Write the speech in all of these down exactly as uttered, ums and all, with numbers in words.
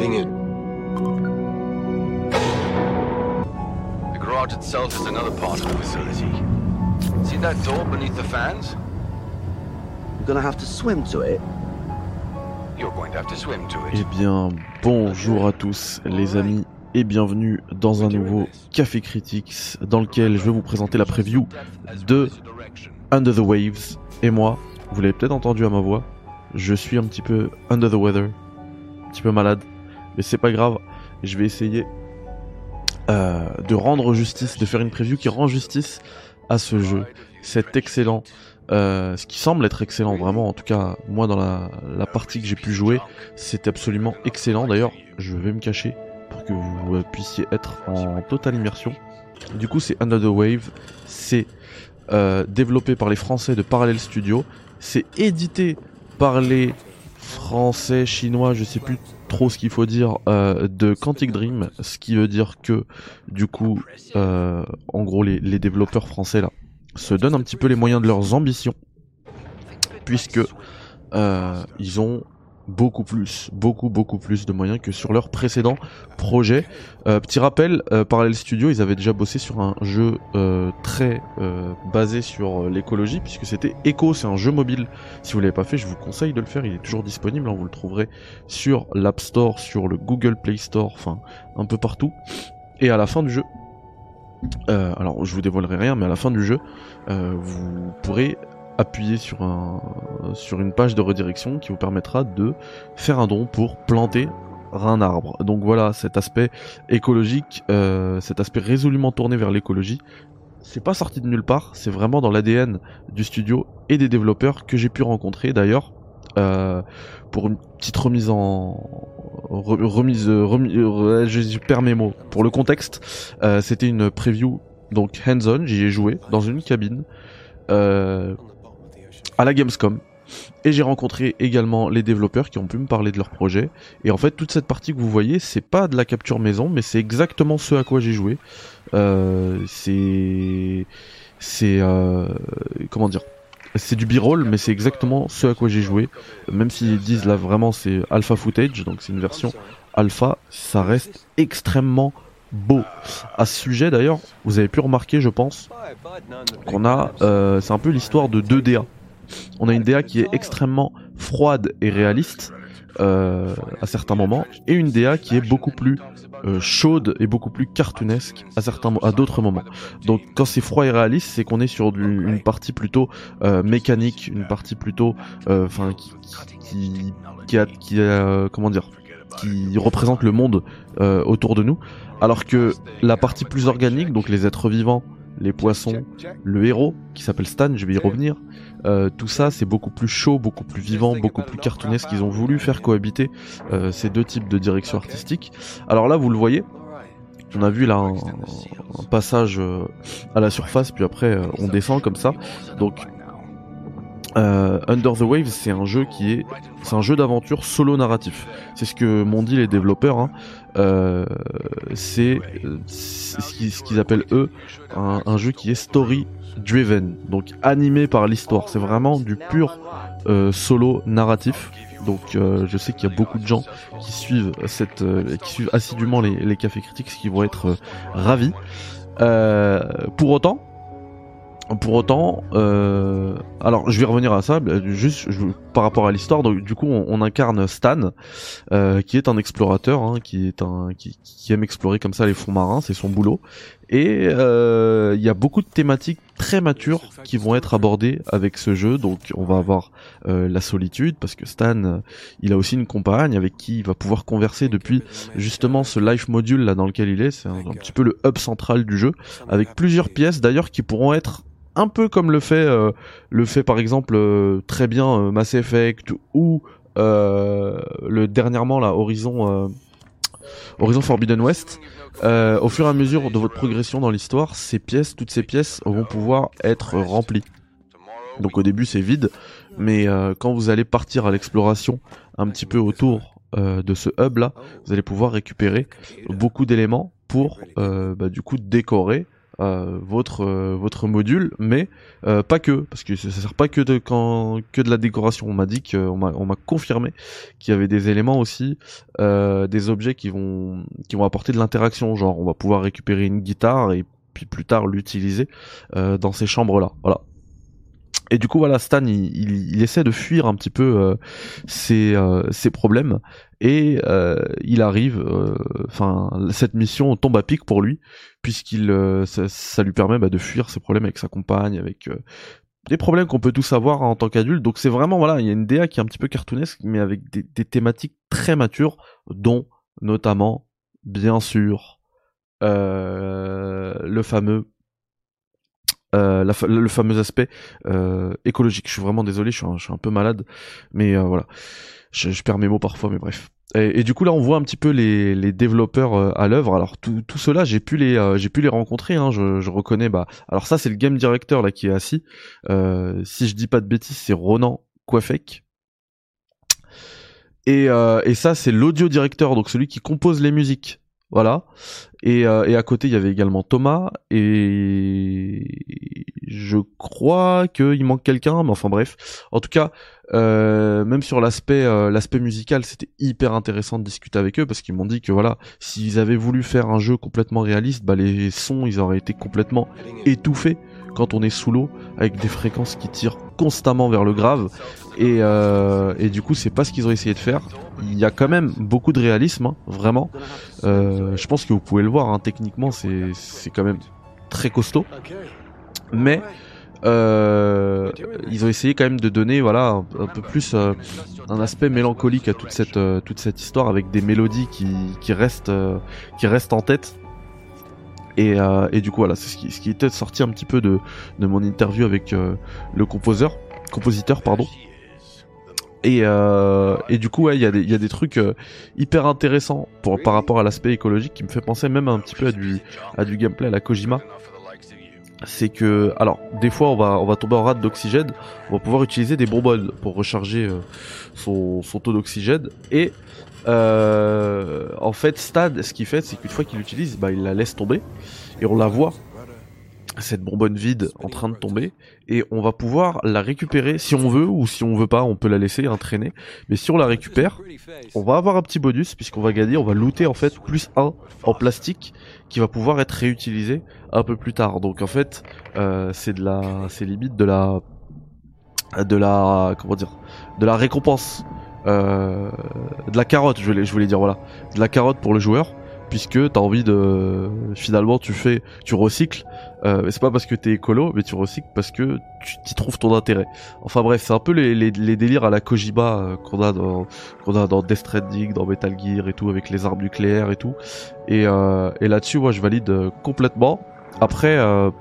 Heading in. The garage itself is another part of the facility. See that door beneath the fans? We're gonna have to swim to it. You're going to have to swim to Eh it. bien, bonjour à tous les amis et bienvenue dans un nouveau Café Critics dans lequel je vais vous présenter la preview de Under the Waves. Et moi, vous l'avez peut-être entendu à ma voix, je suis un petit peu under the weather, un petit peu malade, mais c'est pas grave, je vais essayer euh, de rendre justice, de faire une preview qui rend justice à ce jeu. C'est excellent. Euh, ce qui semble être excellent, vraiment, en tout cas, moi dans la, la partie que j'ai pu jouer, c'était absolument excellent. D'ailleurs, je vais me cacher pour que vous euh, puissiez être en totale immersion. Du coup, c'est Under the Wave, c'est euh, développé par les Français de Parallel Studio, c'est édité par les Français, Chinois, je sais plus trop ce qu'il faut dire, euh, de Quantic Dream, ce qui veut dire que, du coup, euh, en gros, les, les développeurs français là, se donnent un petit peu les moyens de leurs ambitions, puisque euh, ils ont beaucoup plus, beaucoup beaucoup plus de moyens que sur leurs précédents projets. Euh, petit rappel, euh, Parallel Studio, ils avaient déjà bossé sur un jeu euh, très euh, basé sur l'écologie, puisque c'était Echo, c'est un jeu mobile. Si vous l'avez pas fait, je vous conseille de le faire, il est toujours disponible, hein, vous le trouverez sur l'App Store, sur le Google Play Store, enfin un peu partout. Et à la fin du jeu, Euh, alors je vous dévoilerai rien, mais à la fin du jeu, euh, vous pourrez appuyer sur, un, sur une page de redirection qui vous permettra de faire un don pour planter un arbre. Donc voilà, cet aspect écologique, euh, cet aspect résolument tourné vers l'écologie, c'est pas sorti de nulle part, c'est vraiment dans l'A D N du studio et des développeurs que j'ai pu rencontrer d'ailleurs. Euh, pour une petite remise en remise, remise euh, je, je perds mes mots. Pour le contexte, euh, c'était une preview donc hands-on, j'y ai joué dans une cabine euh, à la Gamescom et j'ai rencontré également les développeurs qui ont pu me parler de leur projet. Et en fait, toute cette partie que vous voyez, c'est pas de la capture maison, mais c'est exactement ce à quoi j'ai joué. Euh, c'est c'est euh, comment dire? C'est du b-roll, mais c'est exactement ce à quoi j'ai joué. Même s'ils disent là vraiment c'est alpha footage, donc c'est une version alpha, ça reste extrêmement beau. À ce sujet d'ailleurs, vous avez pu remarquer, je pense, qu'on a, euh, c'est un peu l'histoire de deux D A. On a une D A qui est extrêmement froide et réaliste euh, à certains moments, et une D A qui est beaucoup plus euh, chaude et beaucoup plus cartoonesque à certains à d'autres moments. Donc quand c'est froid et réaliste, c'est qu'on est sur du, une partie plutôt euh, mécanique, une partie plutôt, enfin euh, qui qui qui a, qui a comment dire, qui représente le monde euh, autour de nous, alors que la partie plus organique, donc les êtres vivants, les poissons, le héros qui s'appelle Stan, je vais y revenir, euh, tout ça c'est beaucoup plus chaud, beaucoup plus vivant, beaucoup plus cartoonesque. Ils ont voulu faire cohabiter euh, ces deux types de direction artistique. Alors là vous le voyez, on a vu là un, un passage euh, à la surface, puis après euh, on descend comme ça. Donc euh, Under the Waves, c'est un jeu qui est, c'est un jeu d'aventure solo narratif. C'est ce que m'ont dit les développeurs. Hein. Euh, c'est, c'est ce qu'ils, ce qu'ils appellent eux un, un jeu qui est story driven, donc animé par l'histoire. C'est vraiment du pur euh, solo narratif. Donc euh, je sais qu'il y a beaucoup de gens qui suivent cette, euh, qui suivent assidûment les, les cafés critiques, qui vont être euh, ravis. Euh, pour autant. Pour autant, euh, alors je vais revenir à ça, juste je, par rapport à l'histoire. Donc du coup, on, on incarne Stan, euh, qui est un explorateur, hein, qui est un qui, qui aime explorer comme ça les fonds marins, c'est son boulot. Et euh, il y a beaucoup de thématiques très matures qui vont être abordées avec ce jeu. Donc on va avoir euh, la solitude, parce que Stan, euh, il a aussi une compagne avec qui il va pouvoir converser depuis justement ce life module là dans lequel il est. C'est un, un petit peu le hub central du jeu, avec plusieurs pièces d'ailleurs qui pourront être un peu comme le fait, euh, le fait par exemple euh, très bien euh, Mass Effect ou euh, le dernièrement là Horizon, euh, Horizon Forbidden West. Euh, au fur et à mesure de votre progression dans l'histoire, ces pièces, toutes ces pièces vont pouvoir être remplies. Donc au début c'est vide, mais euh, quand vous allez partir à l'exploration un petit peu autour euh, de ce hub là, vous allez pouvoir récupérer beaucoup d'éléments pour euh, bah, du coup décorer euh, votre euh, votre module, mais euh, pas que, parce que ça sert pas que de quand que de la décoration. On m'a dit que on m'a on m'a confirmé qu'il y avait des éléments aussi, euh, des objets qui vont qui vont apporter de l'interaction, genre on va pouvoir récupérer une guitare et puis plus tard l'utiliser euh, dans ces chambres là. Voilà. Et du coup voilà, Stan il, il, il essaie de fuir un petit peu euh, ses, euh, ses problèmes et euh, il arrive, enfin euh, cette mission tombe à pic pour lui puisqu'il euh, ça, ça lui permet bah, de fuir ses problèmes avec sa compagne, avec euh, des problèmes qu'on peut tous avoir en tant qu'adulte. Donc c'est vraiment voilà, il y a une D A qui est un petit peu cartoonesque mais avec des, des thématiques très matures, dont notamment bien sûr euh, le fameux Euh, la, le fameux aspect euh, écologique. Je suis vraiment désolé, je suis un, je suis un peu malade, mais euh, voilà, je, je perds mes mots parfois, mais bref. Et, et du coup là, on voit un petit peu les, les développeurs euh, à l'œuvre. Alors tout, tout cela, j'ai pu les, euh, j'ai pu les rencontrer. Hein, je, je reconnais. Bah, alors ça, c'est le game director là qui est assis. Euh, si je dis pas de bêtises, c'est Ronan Quafek. Et, euh, et ça, c'est l'audio directeur, donc celui qui compose les musiques. Voilà. Et, euh, et à côté, il y avait également Thomas. Et je crois qu'il manque quelqu'un, mais enfin bref. En tout cas, euh, même sur l'aspect euh, l'aspect musical, c'était hyper intéressant de discuter avec eux parce qu'ils m'ont dit que voilà, s'ils avaient voulu faire un jeu complètement réaliste, bah les sons, ils auraient été complètement étouffés quand on est sous l'eau avec des fréquences qui tirent constamment vers le grave. Et, euh, et du coup, c'est pas ce qu'ils ont essayé de faire. Il y a quand même beaucoup de réalisme, hein, vraiment. Euh, je pense que vous pouvez le voir, hein, techniquement, c'est c'est quand même très costaud. Mais euh, ils ont essayé quand même de donner, voilà, un, un peu plus euh, un aspect mélancolique à toute cette euh, toute cette histoire avec des mélodies qui qui restent euh, qui restent en tête. Et, euh, et du coup, voilà, c'est ce qui ce qui était sorti un petit peu de de mon interview avec euh, le composeur, compositeur, pardon. Et, euh, et du coup, ouais, il y a des, il y a des trucs euh, hyper intéressants pour, par rapport à l'aspect écologique qui me fait penser même un petit peu à du, à du gameplay à la Kojima. C'est que, alors, des fois, on va, on va tomber en rate d'oxygène, on va pouvoir utiliser des bonbonnes pour recharger euh, son, son taux d'oxygène. Et euh, en fait, Stad, ce qu'il fait, c'est qu'une fois qu'il l'utilise, bah, il la laisse tomber et on la voit, cette bonbonne vide en train de tomber, et on va pouvoir la récupérer si on veut, ou si on veut pas, on peut la laisser hein, traîner. Mais si on la récupère, on va avoir un petit bonus puisqu'on va gagner, on va looter en fait plus un en plastique qui va pouvoir être réutilisé un peu plus tard. Donc en fait, euh, c'est de la, c'est limite de la, de la, comment dire, de la récompense, euh, de la carotte, je voulais, je voulais dire voilà, de la carotte pour le joueur. Puisque t'as envie de, finalement tu fais, tu recycles, euh, c'est pas parce que t'es écolo, mais tu recycles parce que tu t'y trouves ton intérêt. Enfin bref, c'est un peu les, les, les délires à la Kojima euh, qu'on a dans, qu'on a dans Death Stranding, dans Metal Gear et tout, avec les armes nucléaires et tout. Et, euh, et là-dessus, moi, je valide euh, complètement. Après, euh,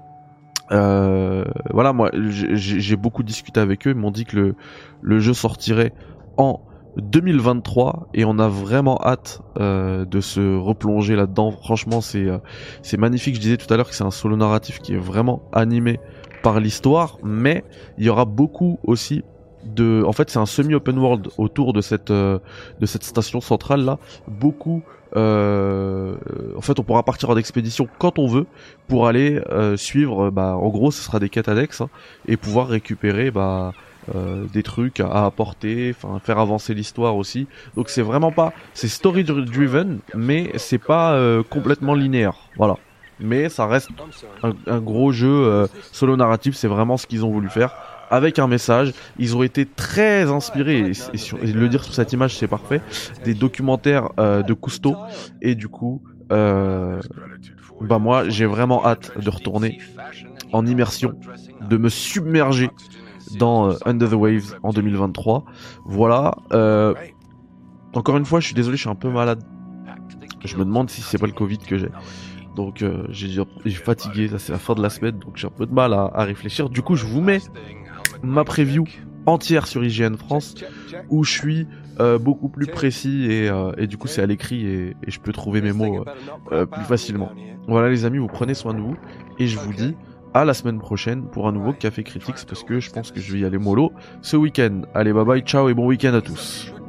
euh, voilà, moi, j'ai, j'ai beaucoup discuté avec eux. Ils m'ont dit que le, le jeu sortirait en deux mille vingt-trois et on a vraiment hâte euh, de se replonger là-dedans. Franchement, c'est euh, c'est magnifique. Je disais tout à l'heure que c'est un solo narratif qui est vraiment animé par l'histoire, mais il y aura beaucoup aussi de. En fait, c'est un semi-open world autour de cette euh, de cette station centrale là. Beaucoup. Euh, en fait, on pourra partir en expédition quand on veut pour aller euh, suivre. Bah, en gros, ce sera des quêtes annexes hein, et pouvoir récupérer bah. Euh, des trucs à apporter, enfin faire avancer l'histoire aussi. Donc c'est vraiment pas, c'est story driven, mais c'est pas euh, complètement linéaire. Voilà. Mais ça reste un, un gros jeu euh, solo narratif. C'est vraiment ce qu'ils ont voulu faire avec un message. Ils ont été très inspirés et, et, sur, et le dire sur cette image c'est parfait. Des documentaires euh, de Cousteau et du coup, euh, bah moi j'ai vraiment hâte de retourner en immersion, de me submerger dans euh, Under the Waves en deux mille vingt-trois. Voilà. Euh, encore une fois, je suis désolé, je suis un peu malade. Je me demande si c'est pas le Covid que j'ai. Donc euh, j'ai j'ai fatigué, ça c'est la fin de la semaine, donc j'ai un peu de mal à, à réfléchir. Du coup, je vous mets ma preview entière sur I G N France, où je suis euh, beaucoup plus précis et, euh, et du coup c'est à l'écrit et, et je peux trouver mes mots euh, plus facilement. Voilà les amis, vous prenez soin de vous et je vous dis à la semaine prochaine pour un nouveau Café Critics parce que je pense que je vais y aller mollo ce week-end. Allez, bye bye, ciao et bon week-end à tous.